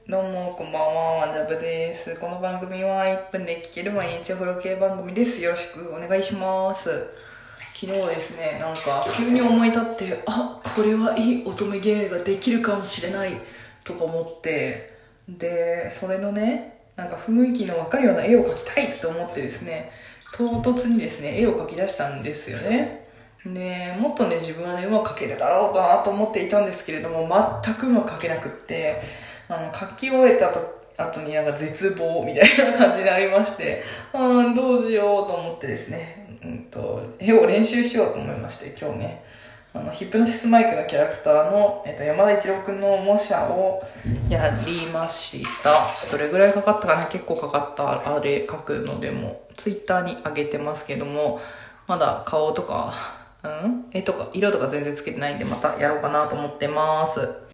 どうもこんばんは、ワンジャブです。この番組は1分で聴ける毎日お風呂系番組です。よろしくお願いします。昨日ですね、なんか急に思い立って、これはいい乙女ゲームができるかもしれないとか思って、で、それのね、なんか雰囲気のわかるような絵を描きたいと思ってですね、唐突にですね、絵を描き出したんですよね。で、もっとね、自分はね、うまく描けるだろうなと思っていたんですけれども、全くうまく描けなくって、書き終えた後になんか絶望みたいな感じになりまして、どうしようと思ってですね、絵を練習しようと思いまして、今日ね、ヒップノシスマイクのキャラクターの、山田一郎くんの模写をやりました。どれぐらいかかったかな、結構かかった。あれ描くのでも、ツイッターに上げてますけども、まだ顔とか、絵とか、色とか全然つけてないんで、またやろうかなと思ってます。